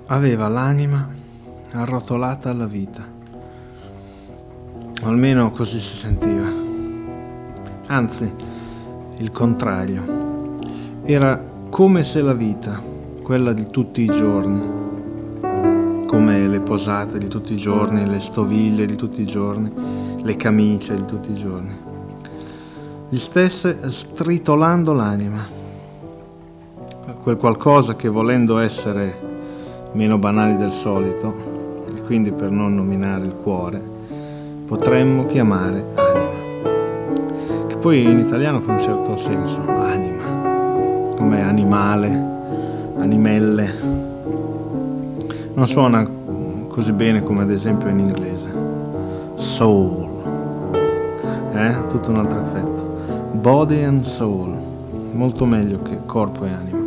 aveva l'anima arrotolata alla vita, o almeno così si sentiva. Anzi, il contrario, era come se la vita, quella di tutti i giorni, come le posate di tutti i giorni, le stoviglie di tutti i giorni, le camicie di tutti i giorni, gli stesse stritolando l'anima, quel qualcosa che, volendo essere meno banali del solito, e quindi per non nominare il cuore, potremmo chiamare anima, che poi in italiano fa un certo senso, anima, come animale, animelle, non suona così bene come ad esempio in inglese. Soul, tutto un altro effetto. Body and soul, molto meglio che corpo e anima.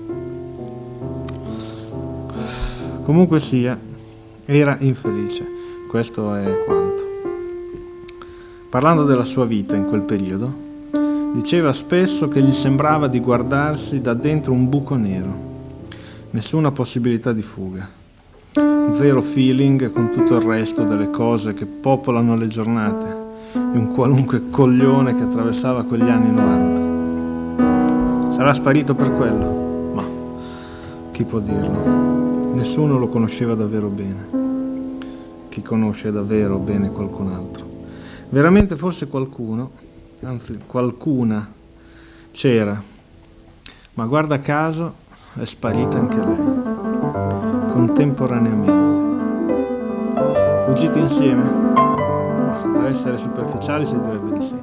Comunque sia, era infelice, questo è quanto. Parlando della sua vita in quel periodo, diceva spesso che gli sembrava di guardarsi da dentro un buco nero, nessuna possibilità di fuga, zero feeling con tutto il resto delle cose che popolano le giornate di un qualunque coglione che attraversava quegli anni 90. Sarà sparito per quello? Ma chi può dirlo? Nessuno lo conosceva davvero bene. Chi conosce davvero bene qualcun altro? Veramente forse qualcuno, anzi qualcuna c'era, ma guarda caso è sparita anche lei, contemporaneamente. Fuggiti insieme? Per essere superficiali si direbbe di sì.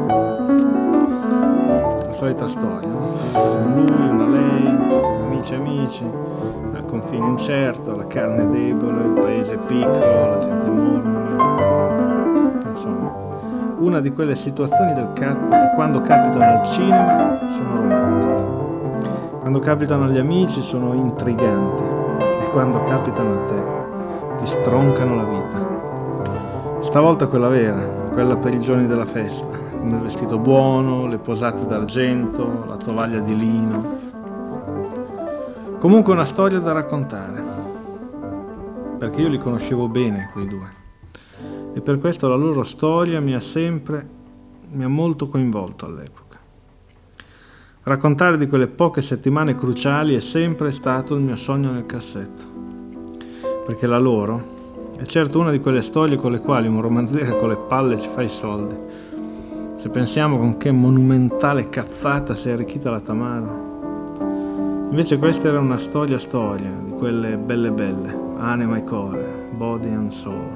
La solita storia, no? Lui, una lei, amici, al confine incerto, la carne debole, il paese piccolo, la gente mormora. Insomma, una di quelle situazioni del cazzo che quando capitano al cinema sono romantiche, quando capitano agli amici sono intriganti e quando capitano a te ti stroncano la vita. Stavolta quella vera, quella per i giorni della festa, con il vestito buono, le posate d'argento, la tovaglia di lino. Comunque una storia da raccontare, perché io li conoscevo bene quei due, e per questo la loro storia mi ha molto coinvolto all'epoca. Raccontare di quelle poche settimane cruciali è sempre stato il mio sogno nel cassetto, perché la loro è certo una di quelle storie con le quali un romanziere con le palle ci fa i soldi. Se pensiamo con che monumentale cazzata si è arricchita la Tamaro. Invece questa era una storia di quelle belle, anima e cuore, body and soul.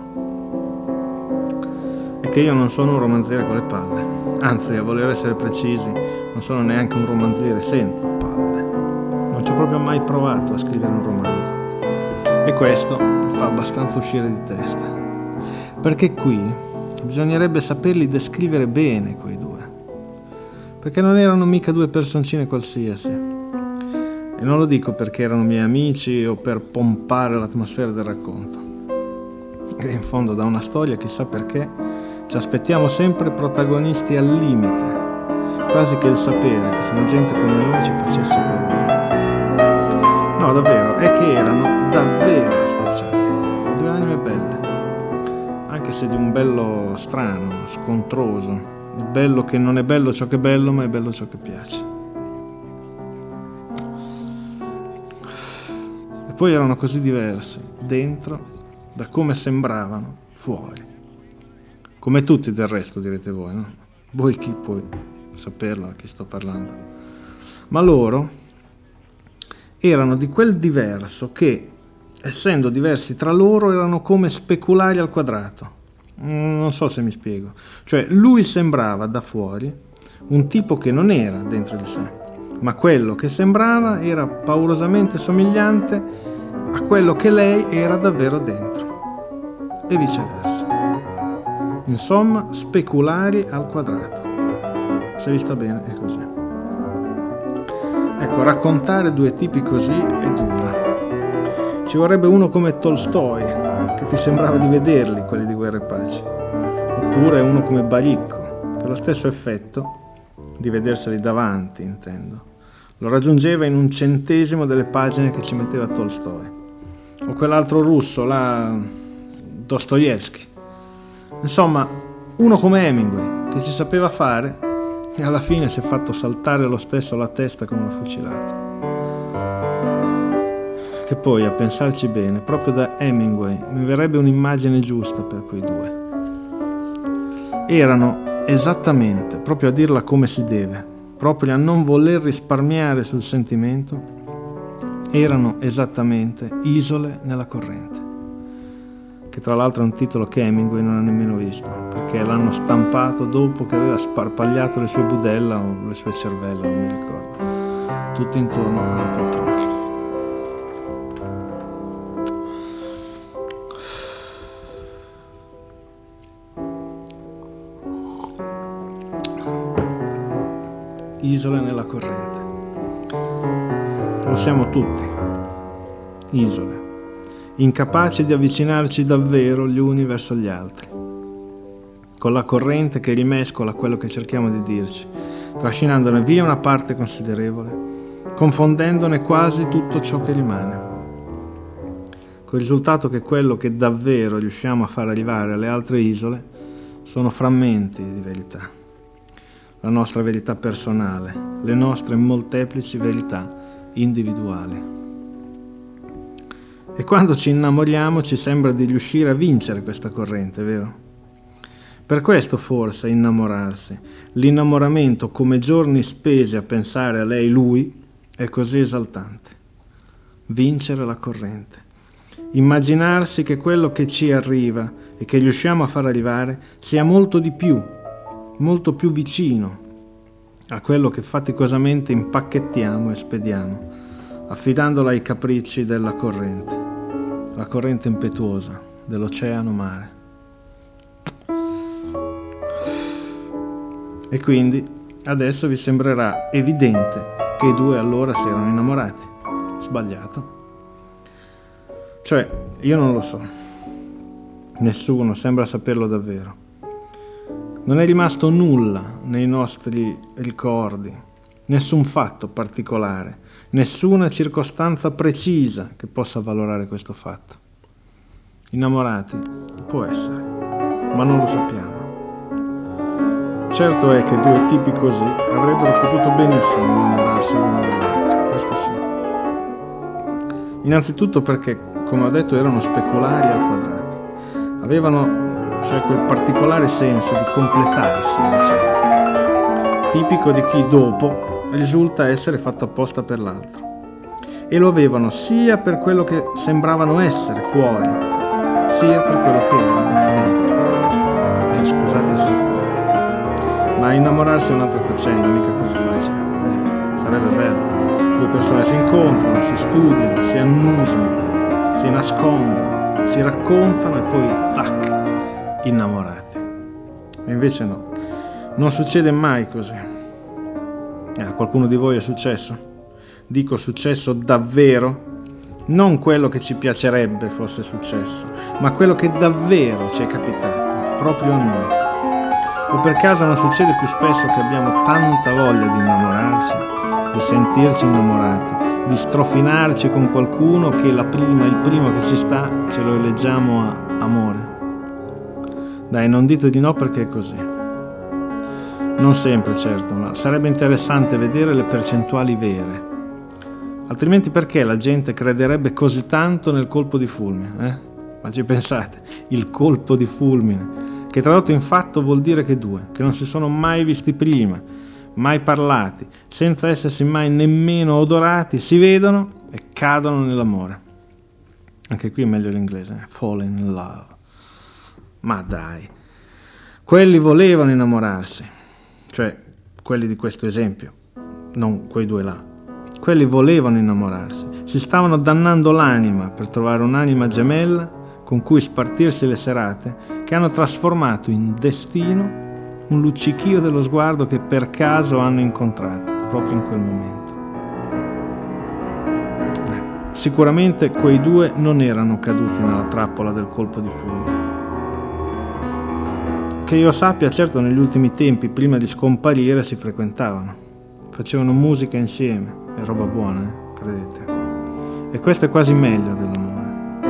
E che io non sono un romanziere con le palle, anzi, a voler essere precisi, non sono neanche un romanziere senza palle. Non ci ho proprio mai provato a scrivere un romanzo. E questo mi fa abbastanza uscire di testa, perché qui bisognerebbe saperli descrivere bene quei due, perché non erano mica due personcine qualsiasi. E non lo dico perché erano miei amici o per pompare l'atmosfera del racconto. E in fondo da una storia, chissà perché, ci aspettiamo sempre protagonisti al limite, quasi che il sapere che sono gente come noi ci facesse paura. No, davvero, è che erano davvero speciali, due anime belle, anche se di un bello strano, scontroso, il bello che non è bello ciò che è bello, ma è bello ciò che piace. E poi erano così diversi, dentro, da come sembravano fuori. Come tutti del resto, direte voi, no? Voi chi puoi saperlo a chi sto parlando? Ma loro erano di quel diverso che, essendo diversi tra loro, erano come speculari al quadrato. Non so se mi spiego. Cioè, lui sembrava da fuori un tipo che non era dentro di sé, ma quello che sembrava era paurosamente somigliante a quello che lei era davvero dentro, e viceversa. Insomma, speculari al quadrato. Se vi sta bene è così. Ecco, raccontare due tipi così è dura. Ci vorrebbe uno come Tolstoi, che ti sembrava di vederli, quelli di Guerra e Pace, oppure uno come Baricco, che lo stesso effetto, di vederseli davanti, intendo, lo raggiungeva in un centesimo delle pagine che ci metteva Tolstoi. o quell'altro russo là, Dostoevsky. Insomma, uno come Hemingway, che ci sapeva fare e alla fine si è fatto saltare lo stesso la testa con una fucilata. Che poi, a pensarci bene, proprio da Hemingway mi verrebbe un'immagine giusta per quei due. Erano esattamente, proprio a dirla come si deve, proprio a non voler risparmiare sul sentimento, erano esattamente isole nella corrente, che tra l'altro è un titolo che Hemingway non ha nemmeno visto, perché l'hanno stampato dopo che aveva sparpagliato le sue budella o le sue cervella, non mi ricordo, tutto intorno alla poltrona. Isole nella corrente. Lo siamo tutti, isole, incapaci di avvicinarci davvero gli uni verso gli altri, con la corrente che rimescola quello che cerchiamo di dirci, trascinandone via una parte considerevole, confondendone quasi tutto ciò che rimane, col risultato che quello che davvero riusciamo a far arrivare alle altre isole sono frammenti di verità, la nostra verità personale, le nostre molteplici verità individuali. E quando ci innamoriamo ci sembra di riuscire a vincere questa corrente, vero? Per questo forse innamorarsi, l'innamoramento come giorni spesi a pensare a lei, lui, è così esaltante. Vincere la corrente, immaginarsi che quello che ci arriva e che riusciamo a far arrivare sia molto di più, molto più vicino a quello che faticosamente impacchettiamo e spediamo, affidandola ai capricci della corrente, la corrente impetuosa dell'oceano mare. E quindi adesso vi sembrerà evidente che i due allora si erano innamorati. Sbagliato. Cioè, io non lo so. Nessuno sembra saperlo davvero. Non è rimasto nulla nei nostri ricordi, nessun fatto particolare, nessuna circostanza precisa che possa valorare questo fatto. Innamorati? Può essere, ma non lo sappiamo. Certo è che due tipi così avrebbero potuto benissimo innamorarsi l'uno dell'altro, questo sì. Innanzitutto perché, come ho detto, erano speculari al quadrato. Avevano cioè quel particolare senso di completarsi, diciamo, tipico di chi dopo risulta essere fatto apposta per l'altro. E lo avevano sia per quello che sembravano essere fuori, sia per quello che erano dentro. Scusate se ma innamorarsi è un'altra faccenda, mica così facile. Sarebbe bello. Due persone si incontrano, si studiano, si annusano, si nascondono, si raccontano e poi zac! Innamorati. E invece no, non succede mai così. A qualcuno di voi è successo? Dico successo davvero, non quello che ci piacerebbe fosse successo, ma quello che davvero ci è capitato, proprio a noi. O per caso non succede più spesso che abbiamo tanta voglia di innamorarci, di sentirci innamorati, di strofinarci con qualcuno che il primo che ci sta ce lo eleggiamo a amore? Dai, non dite di no perché è così. Non sempre, certo, ma sarebbe interessante vedere le percentuali vere. Altrimenti perché la gente crederebbe così tanto nel colpo di fulmine? Ma ci pensate? Il colpo di fulmine, che tradotto in fatto vuol dire che due, che non si sono mai visti prima, mai parlati, senza essersi mai nemmeno odorati, si vedono e cadono nell'amore. Anche qui è meglio l'inglese, fall in love. Ma dai, quelli volevano innamorarsi, cioè quelli di questo esempio, non quei due là. Quelli volevano innamorarsi, si stavano dannando l'anima per trovare un'anima gemella con cui spartirsi le serate che hanno trasformato in destino un luccichio dello sguardo che per caso hanno incontrato proprio in quel momento. Sicuramente quei due non erano caduti nella trappola del colpo di fulmine. Che io sappia, certo negli ultimi tempi, prima di scomparire, si frequentavano, facevano musica insieme, è roba buona, credete. E questo è quasi meglio dell'amore.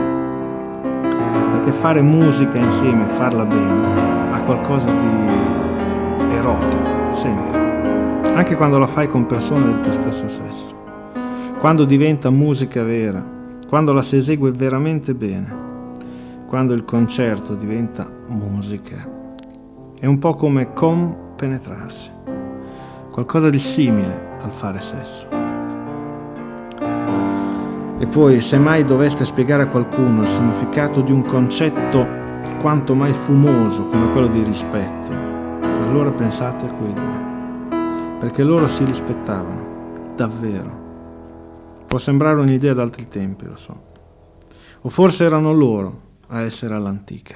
perché fare musica insieme, farla bene, ha qualcosa di erotico, sempre. Anche quando la fai con persone del tuo stesso sesso. Quando diventa musica vera, quando la si esegue veramente bene, quando il concerto diventa musica, è un po' come compenetrarsi, qualcosa di simile al fare sesso. E poi, se mai doveste spiegare a qualcuno il significato di un concetto quanto mai fumoso come quello di rispetto, allora pensate a quei due, perché loro si rispettavano, davvero. Può sembrare un'idea d'altri tempi, lo so. O forse erano loro a essere all'antica.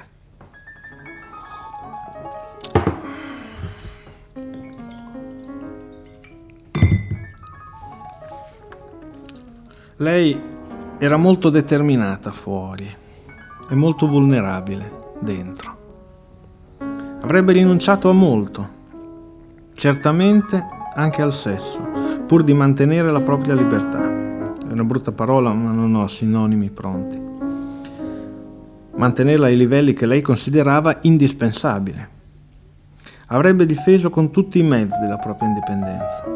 Lei era molto determinata fuori e molto vulnerabile dentro. Avrebbe rinunciato a molto, certamente anche al sesso, pur di mantenere la propria libertà. È una brutta parola, ma non ho sinonimi pronti. Mantenerla ai livelli che lei considerava indispensabili. Avrebbe difeso con tutti i mezzi la propria indipendenza,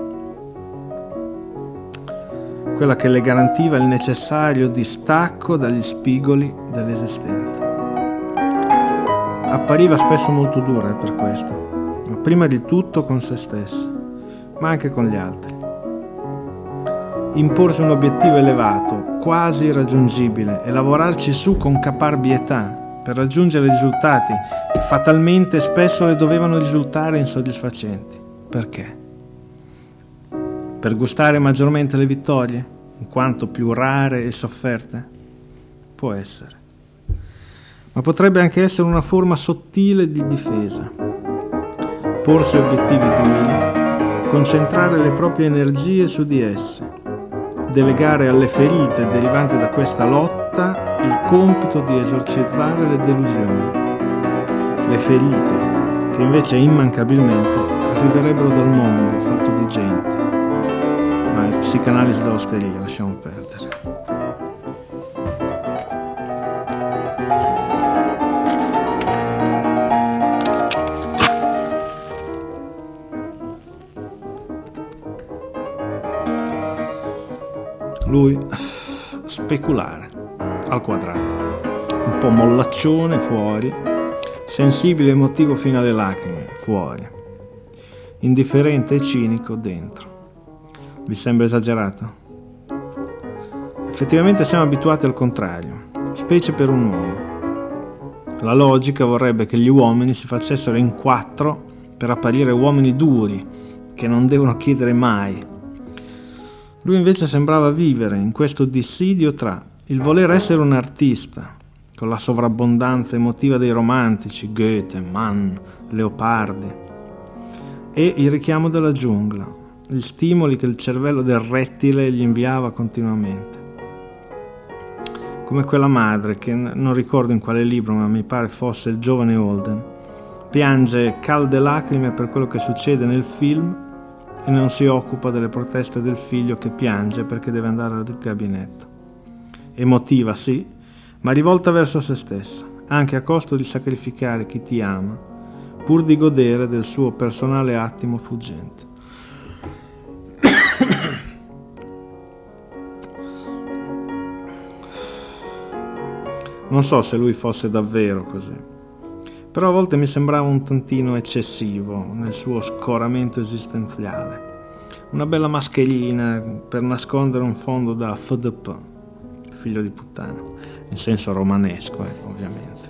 quella che le garantiva il necessario distacco dagli spigoli dell'esistenza. Appariva spesso molto dura per questo, ma prima di tutto con se stessa, ma anche con gli altri. Imporsi un obiettivo elevato, quasi irraggiungibile, e lavorarci su con caparbietà per raggiungere risultati che fatalmente spesso le dovevano risultare insoddisfacenti. Perché? Per gustare maggiormente le vittorie, in quanto più rare e sofferte? Può essere. Ma potrebbe anche essere una forma sottile di difesa. Porsi obiettivi duri, concentrare le proprie energie su di esse, delegare alle ferite derivanti da questa lotta il compito di esorcizzare le delusioni. Le ferite che invece immancabilmente arriverebbero dal mondo fatto di gente. Ma è psicanalisi dell'osteria, lasciamo perdere. Lui speculare al quadrato, un po' mollaccione fuori, sensibile e emotivo fino alle lacrime fuori, indifferente e cinico dentro. Vi sembra esagerato? Effettivamente siamo abituati al contrario, specie per un uomo. La logica vorrebbe che gli uomini si facessero in quattro per apparire uomini duri, che non devono chiedere mai. Lui invece sembrava vivere in questo dissidio tra il voler essere un artista, con la sovrabbondanza emotiva dei romantici, Goethe, Mann, Leopardi, e il richiamo della giungla, gli stimoli che il cervello del rettile gli inviava continuamente. Come quella madre, che non ricordo in quale libro, ma mi pare fosse Il giovane Holden, piange calde lacrime per quello che succede nel film e non si occupa delle proteste del figlio che piange perché deve andare al gabinetto. Emotiva, sì, ma rivolta verso se stessa, anche a costo di sacrificare chi ti ama, pur di godere del suo personale attimo fuggente. Non so se lui fosse davvero così, però a volte mi sembrava un tantino eccessivo nel suo scoramento esistenziale. Una bella mascherina per nascondere un fondo da FDP, figlio di puttana, in senso romanesco, ovviamente.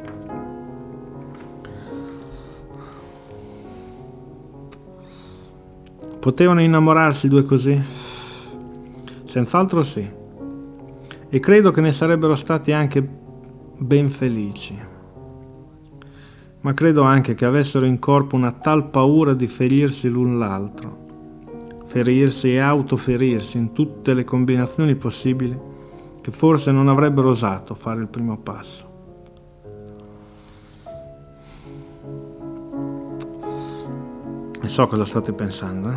Potevano innamorarsi due così? Senz'altro sì. E credo che ne sarebbero stati anche ben felici. Ma credo anche che avessero in corpo una tal paura di ferirsi l'un l'altro, ferirsi e autoferirsi in tutte le combinazioni possibili, che forse non avrebbero osato fare il primo passo. E so cosa state pensando,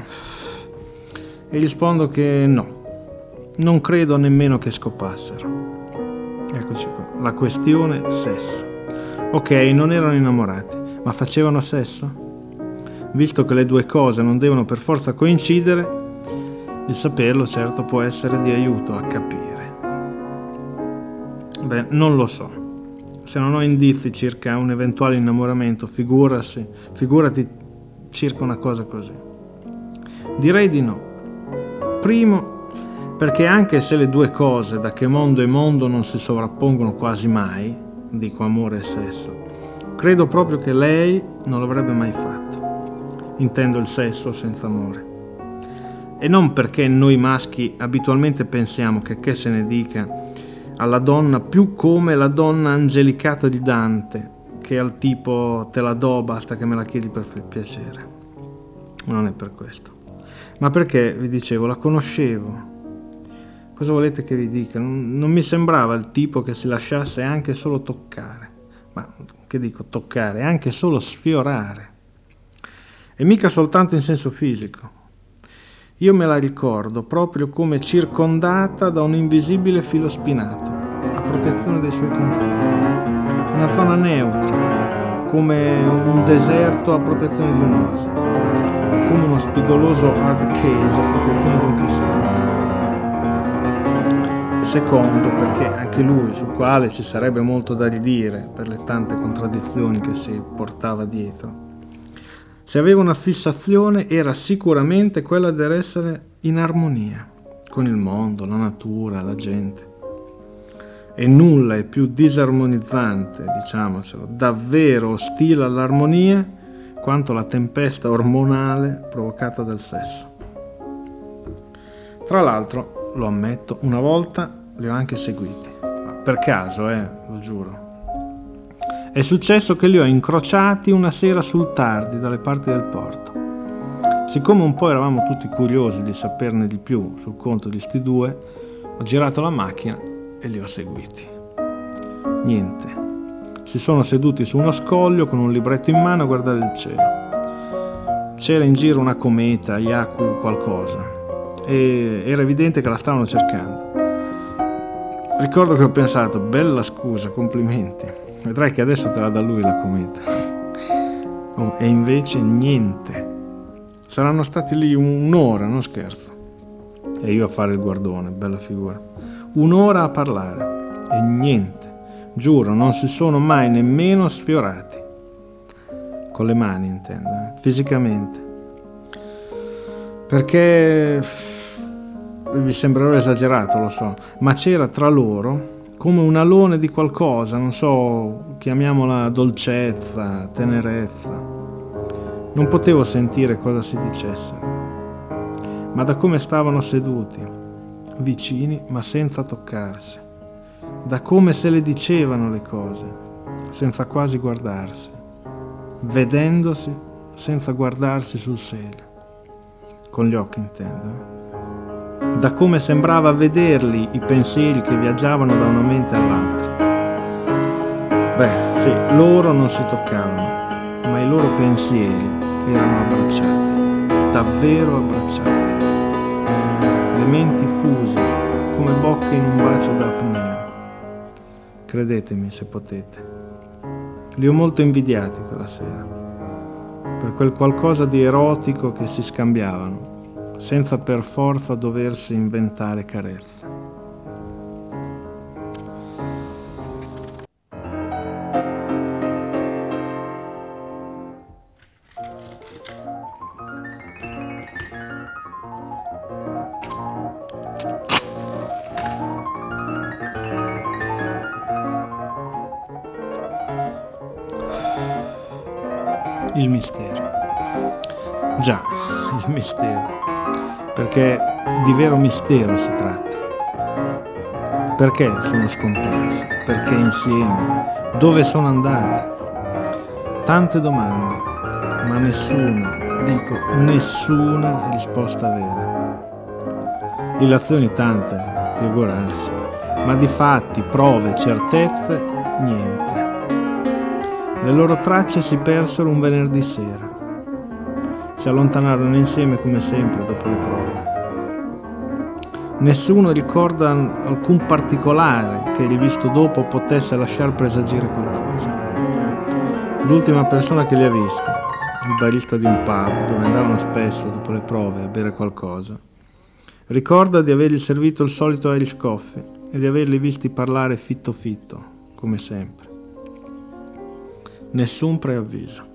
E rispondo che no, non credo nemmeno che scopassero. Eccoci qua, la questione sesso. Ok, non erano innamorati, ma facevano sesso? Visto che le due cose non devono per forza coincidere, il saperlo certo può essere di aiuto a capire. Beh, non lo so. Se non ho indizi circa un eventuale innamoramento, figurati circa una cosa così. Direi di no. Primo, perché anche se le due cose, da che mondo e mondo, non si sovrappongono quasi mai, dico amore e sesso, credo proprio che lei non l'avrebbe mai fatto. Intendo il sesso senza amore. E non perché noi maschi abitualmente pensiamo che se ne dica alla donna più come la donna angelicata di Dante, che al tipo te la do basta che me la chiedi per piacere. Non è per questo, ma perché, vi dicevo, la conoscevo. Cosa volete che vi dica? Non mi sembrava il tipo che si lasciasse anche solo toccare, ma che dico toccare, anche solo sfiorare, e mica soltanto in senso fisico. Io me la ricordo proprio come circondata da un invisibile filo spinato, a protezione dei suoi confini, una zona neutra, come un deserto a protezione di un'oasi, come uno spigoloso hard case a protezione di un cristallo. E secondo, perché anche lui, sul quale ci sarebbe molto da ridire per le tante contraddizioni che si portava dietro, se aveva una fissazione era sicuramente quella dell'essere in armonia con il mondo, la natura, la gente. E nulla è più disarmonizzante, diciamocelo, davvero ostile all'armonia, quanto la tempesta ormonale provocata dal sesso. Tra l'altro, lo ammetto, una volta li ho anche seguiti, ma per caso, lo giuro. È successo che li ho incrociati una sera sul tardi dalle parti del porto. Siccome un po' eravamo tutti curiosi di saperne di più sul conto di sti due, ho girato la macchina e li ho seguiti. Niente. Si sono seduti su uno scoglio con un libretto in mano a guardare il cielo. C'era in giro una cometa, Yaku qualcosa, e era evidente che la stavano cercando. Ricordo che ho pensato, bella scusa, complimenti. Vedrai che adesso te la dà lui la cometa. Oh, e invece niente. Saranno stati lì un'ora, non scherzo. E io a fare il guardone, bella figura. Un'ora a parlare. E niente. Giuro, non si sono mai nemmeno sfiorati. Con le mani, intendo, fisicamente. Perché vi sembrerò esagerato, lo so, ma c'era tra loro come un alone di qualcosa, non so, chiamiamola dolcezza, tenerezza. Non potevo sentire cosa si dicessero, ma da come stavano seduti, vicini ma senza toccarsi, da come se le dicevano le cose, senza quasi guardarsi, vedendosi senza guardarsi sul serio, con gli occhi intendo, da come sembrava vederli i pensieri che viaggiavano da una mente all'altra. Beh, sì, loro non si toccavano, ma i loro pensieri erano abbracciati, davvero abbracciati. Le menti fuse, come bocche in un bacio d'apnea. Credetemi se potete. Li ho molto invidiati quella sera, per quel qualcosa di erotico che si scambiavano, senza per forza doversi inventare carezze. Il mistero. Già, il mistero. Perché di vero mistero si tratta. Perché sono scomparsi? Perché insieme? Dove sono andati? Tante domande, ma nessuna risposta vera. Illazioni tante, figurarsi, ma di fatti, prove, certezze, niente. Le loro tracce si persero un venerdì sera. Si allontanarono insieme come sempre dopo le prove. Nessuno ricorda alcun particolare che rivisto dopo potesse lasciar presagire qualcosa. L'ultima persona che li ha visti, il barista di un pub dove andavano spesso dopo le prove a bere qualcosa, ricorda di avergli servito il solito Irish coffee e di averli visti parlare fitto fitto, come sempre. Nessun preavviso.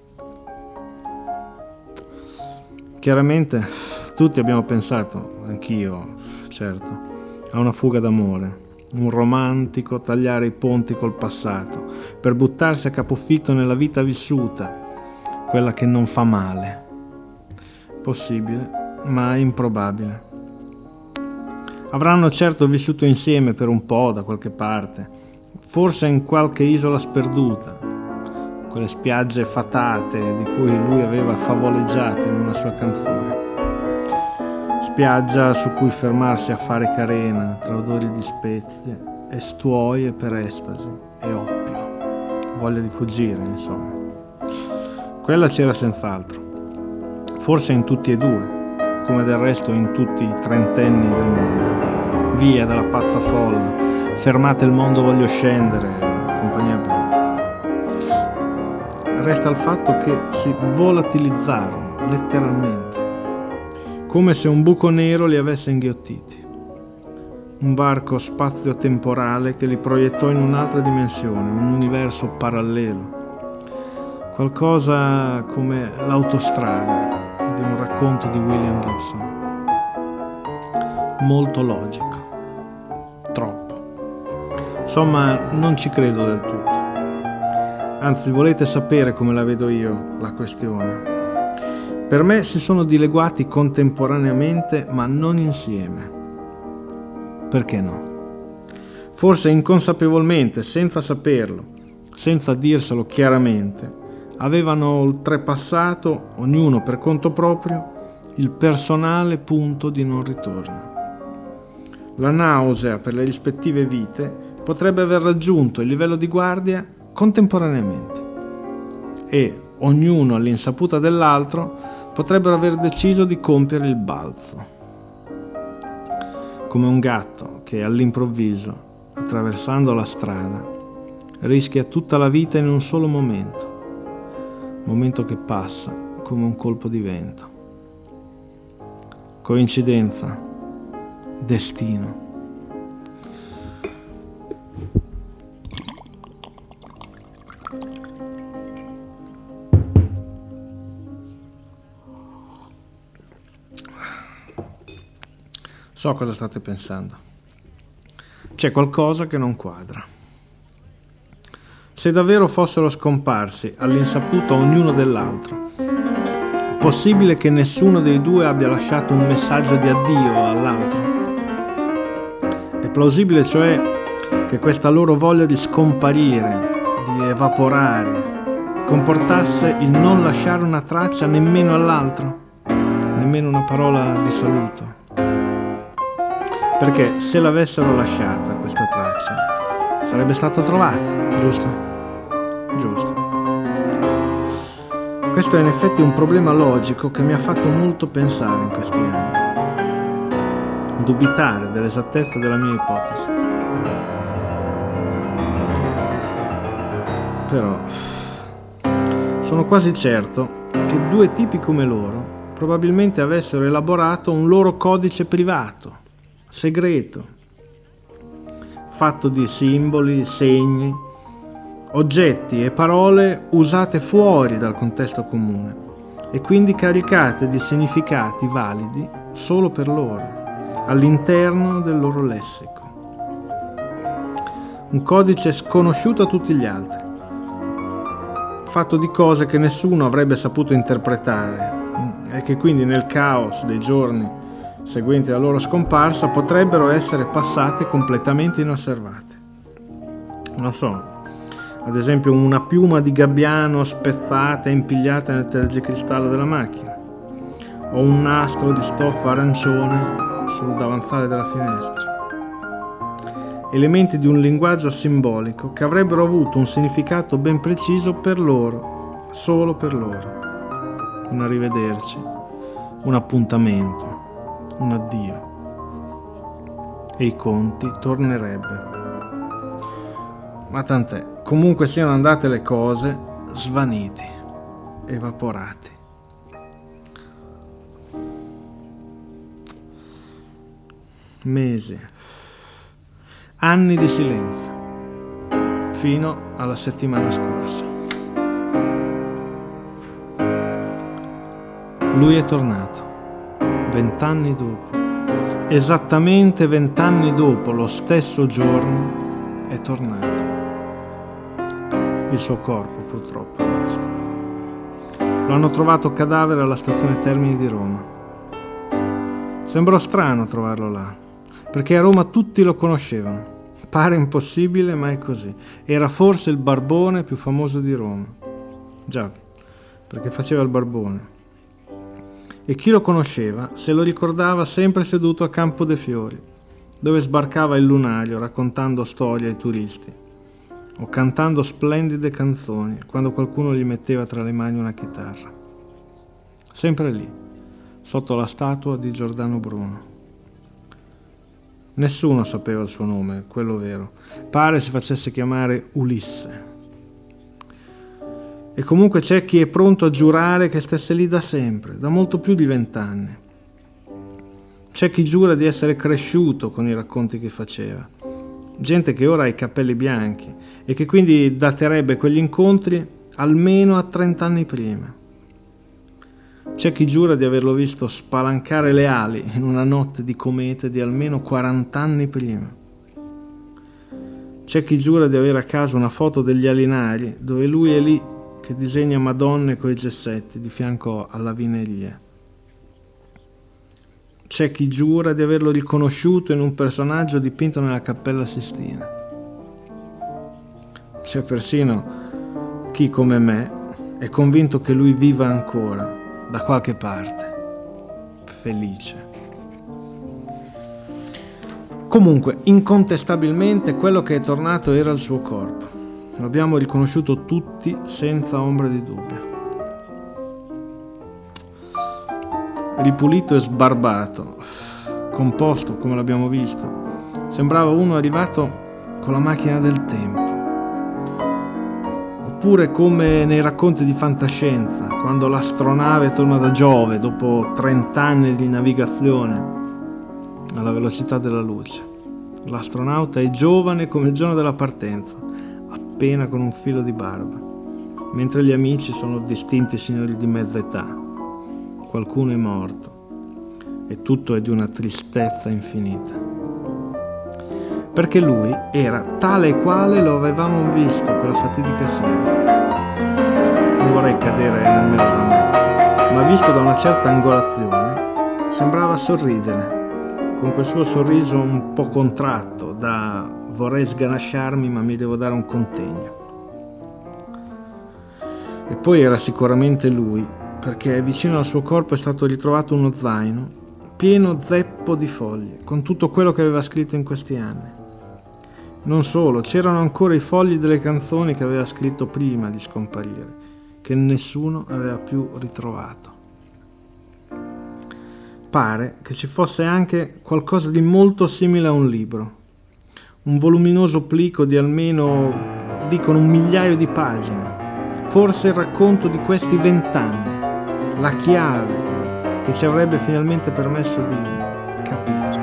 Chiaramente tutti abbiamo pensato, anch'io, certo, a una fuga d'amore, un romantico tagliare i ponti col passato, per buttarsi a capofitto nella vita vissuta, quella che non fa male. Possibile, ma improbabile. Avranno certo vissuto insieme per un po' da qualche parte, forse in qualche isola sperduta, quelle spiagge fatate di cui lui aveva favoleggiato in una sua canzone. Spiaggia su cui fermarsi a fare carena tra odori di spezie e stuoie per estasi e oppio, voglia di fuggire, insomma. Quella c'era senz'altro, forse in tutti e due, come del resto in tutti i trentenni del mondo. Via dalla pazza folla, fermate il mondo, voglio scendere, compagnia bella. Resta il fatto che si volatilizzarono letteralmente, come se un buco nero li avesse inghiottiti, un varco spazio-temporale che li proiettò in un'altra dimensione, un universo parallelo, qualcosa come l'autostrada di un racconto di William Gibson. Molto logico, troppo. Insomma, non ci credo del tutto. Anzi, volete sapere come la vedo io, la questione? Per me si sono dileguati contemporaneamente, ma non insieme. Perché no? Forse inconsapevolmente, senza saperlo, senza dirselo chiaramente, avevano oltrepassato, ognuno per conto proprio, il personale punto di non ritorno. La nausea per le rispettive vite potrebbe aver raggiunto il livello di guardia contemporaneamente e, ognuno all'insaputa dell'altro, potrebbero aver deciso di compiere il balzo. Come un gatto che all'improvviso, attraversando la strada, rischia tutta la vita in un solo momento che passa come un colpo di vento. Coincidenza, destino. So cosa state pensando. C'è qualcosa che non quadra. Se davvero fossero scomparsi all'insaputa ognuno dell'altro, possibile che nessuno dei due abbia lasciato un messaggio di addio all'altro? È plausibile, cioè, che questa loro voglia di scomparire, di evaporare, comportasse il non lasciare una traccia nemmeno all'altro, nemmeno una parola di saluto. Perché se l'avessero lasciata questa traccia, sarebbe stata trovata, giusto? Giusto. Questo è in effetti un problema logico che mi ha fatto molto pensare in questi anni. Dubitare dell'esattezza della mia ipotesi. Però sono quasi certo che due tipi come loro probabilmente avessero elaborato un loro codice privato, segreto, fatto di simboli, segni, oggetti e parole usate fuori dal contesto comune e quindi caricate di significati validi solo per loro, all'interno del loro lessico. Un codice sconosciuto a tutti gli altri, fatto di cose che nessuno avrebbe saputo interpretare e che quindi nel caos dei giorni seguenti alla loro scomparsa potrebbero essere passate completamente inosservate. Non so, ad esempio una piuma di gabbiano spezzata e impigliata nel tergicristallo della macchina, o un nastro di stoffa arancione sul davanzale della finestra. Elementi di un linguaggio simbolico che avrebbero avuto un significato ben preciso per loro, solo per loro. Un arrivederci, un appuntamento, un addio. e i conti tornerebbe. Ma tant'è, comunque siano andate le cose, svaniti, evaporati. Mesi, anni di silenzio, fino alla settimana scorsa. Lui è tornato, 20 anni dopo, esattamente 20 anni dopo, lo stesso giorno, è tornato. Il suo corpo, purtroppo, basta. Lo hanno trovato cadavere alla stazione Termini di Roma. Sembrò strano trovarlo là, perché a Roma tutti lo conoscevano. Pare impossibile, ma è così. Era forse il barbone più famoso di Roma. Già, perché faceva il barbone. E chi lo conosceva se lo ricordava sempre seduto a Campo dei Fiori, dove sbarcava il lunario raccontando storie ai turisti o cantando splendide canzoni quando qualcuno gli metteva tra le mani una chitarra. Sempre lì, sotto la statua di Giordano Bruno. Nessuno sapeva il suo nome, quello vero. Pare si facesse chiamare Ulisse. E comunque c'è chi è pronto a giurare che stesse lì da sempre, da molto più di 20 anni. C'è chi giura di essere cresciuto con i racconti che faceva. Gente che ora ha i capelli bianchi e che quindi daterebbe quegli incontri almeno a 30 anni prima. C'è chi giura di averlo visto spalancare le ali in una notte di comete di almeno 40 anni prima. C'è chi giura di avere a casa una foto degli Alinari dove lui è lì che disegna Madonne coi gessetti di fianco alla vineria. C'è chi giura di averlo riconosciuto in un personaggio dipinto nella Cappella Sistina. C'è persino chi, come me, è convinto che lui viva ancora, da qualche parte, felice. Comunque, incontestabilmente, quello che è tornato era il suo corpo. Lo abbiamo riconosciuto tutti senza ombra di dubbio. Ripulito e sbarbato, composto come l'abbiamo visto, sembrava uno arrivato con la macchina del tempo. Oppure come nei racconti di fantascienza, quando l'astronave torna da Giove dopo 30 anni di navigazione alla velocità della luce. L'astronauta è giovane come il giorno della partenza, appena con un filo di barba, mentre gli amici sono distinti signori di mezza età. Qualcuno è morto e tutto è di una tristezza infinita. Perché lui era tale e quale lo avevamo visto quella fatidica sera. Non vorrei cadere nel melodrammatico, ma visto da una certa angolazione sembrava sorridere, con quel suo sorriso un po' contratto da vorrei sganasciarmi ma mi devo dare un contegno. E poi era sicuramente lui, perché vicino al suo corpo è stato ritrovato uno zaino pieno zeppo di foglie, con tutto quello che aveva scritto in questi anni. Non solo, c'erano ancora i fogli delle canzoni che aveva scritto prima di scomparire, che nessuno aveva più ritrovato. Pare che ci fosse anche qualcosa di molto simile a un libro, un voluminoso plico di almeno, dicono, 1 migliaio di pagine, forse il racconto di questi 20 anni. La chiave che ci avrebbe finalmente permesso di capire.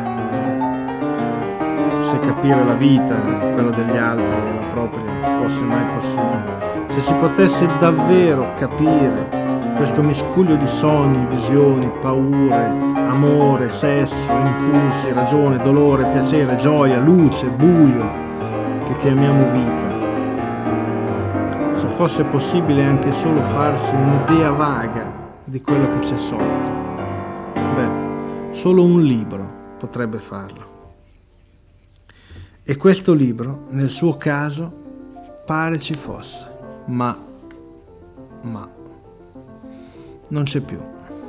Se capire la vita, quella degli altri e la propria fosse mai possibile. Se si potesse davvero capire questo miscuglio di sogni, visioni, paure, amore, sesso, impulsi, ragione, dolore, piacere, gioia, luce, buio, che chiamiamo vita. Se fosse possibile anche solo farsi un'idea vaga di quello che c'è sotto. Beh, solo un libro potrebbe farlo. E questo libro, nel suo caso, pare ci fosse, ma non c'è più.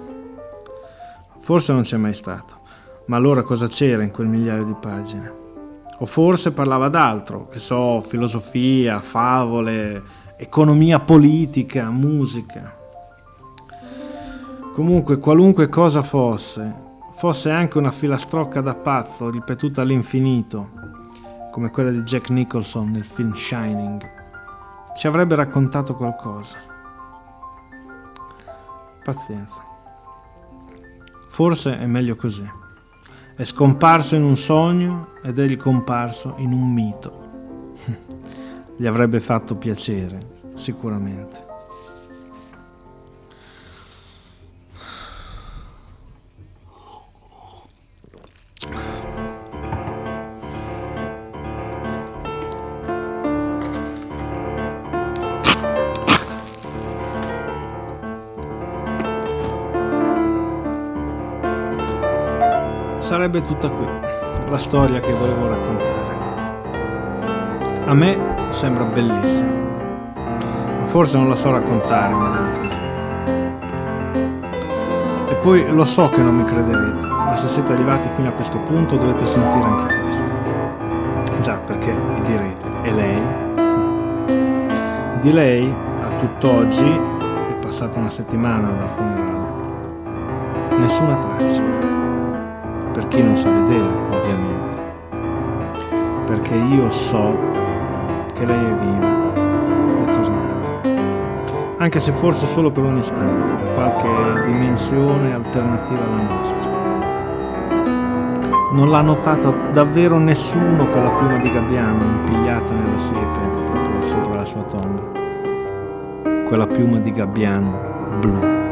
Forse non c'è mai stato, ma allora cosa c'era in quel migliaio di pagine? O forse parlava d'altro, che so, filosofia, favole, economia politica, musica. Comunque, qualunque cosa fosse, fosse anche una filastrocca da pazzo ripetuta all'infinito, come quella di Jack Nicholson nel film Shining, ci avrebbe raccontato qualcosa. Pazienza. Forse è meglio così. È scomparso in un sogno ed è ricomparso in un mito. Gli avrebbe fatto piacere, sicuramente. Sarebbe tutta qui la storia che volevo raccontare. A me sembra bellissima, ma forse non la so raccontare meglio di così. E poi lo so che non mi crederete, ma se siete arrivati fino a questo punto dovete sentire anche questo. Già, perché mi direte, e lei? Di lei a tutt'oggi, è passata una settimana dal funerale, nessuna traccia. Per chi non sa vedere, ovviamente, perché io so che lei è viva ed è tornata, anche se forse solo per un istante, da qualche dimensione alternativa alla nostra. Non l'ha notata davvero nessuno quella piuma di gabbiano impigliata nella siepe proprio sopra la sua tomba, quella piuma di gabbiano blu.